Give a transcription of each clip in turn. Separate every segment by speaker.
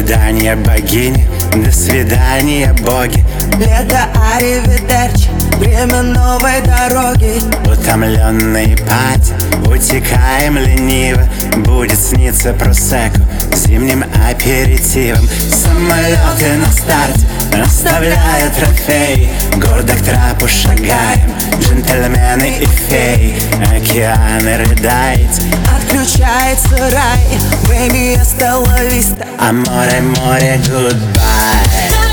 Speaker 1: свидания, богини, до свидания, боги.
Speaker 2: Лето, аривидерчи, время новой дороги.
Speaker 1: Утомленные пати, утекаем лениво. Будет сниться просекко зимним аперитивом. Самолеты на старте оставляют трофеи. Гордо к трапу шагаем, джентльмены и феи. Океаны рыдает,
Speaker 2: Отключается рай, baby, hasta la vista.
Speaker 1: а море, море, goodbye.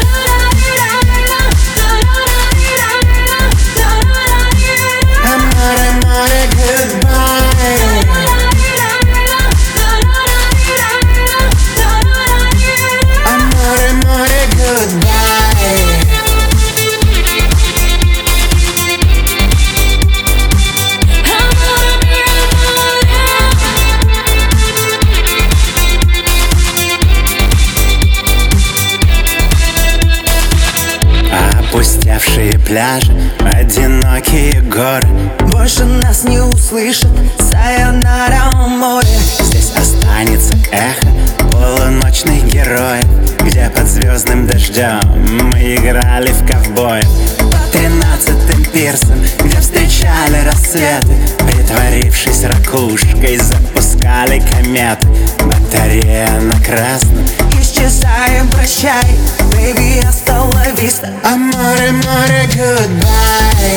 Speaker 1: А море, море, goodbye. А море, море, goodbye. Опустевшие пляжи, одинокие горы.
Speaker 2: Больше нас не услышат, сайонара, море.
Speaker 1: Здесь останется эхо полуночных героев, где под звездным дождем мы играли в ковбоев. По 13-м пирсам, где встречали рассветы, притворившись ракушкой, запускали кометы. Батарея на красном,
Speaker 2: Исчезаем, прощай, baby, hasta la vista.
Speaker 1: а море, море, goodbye.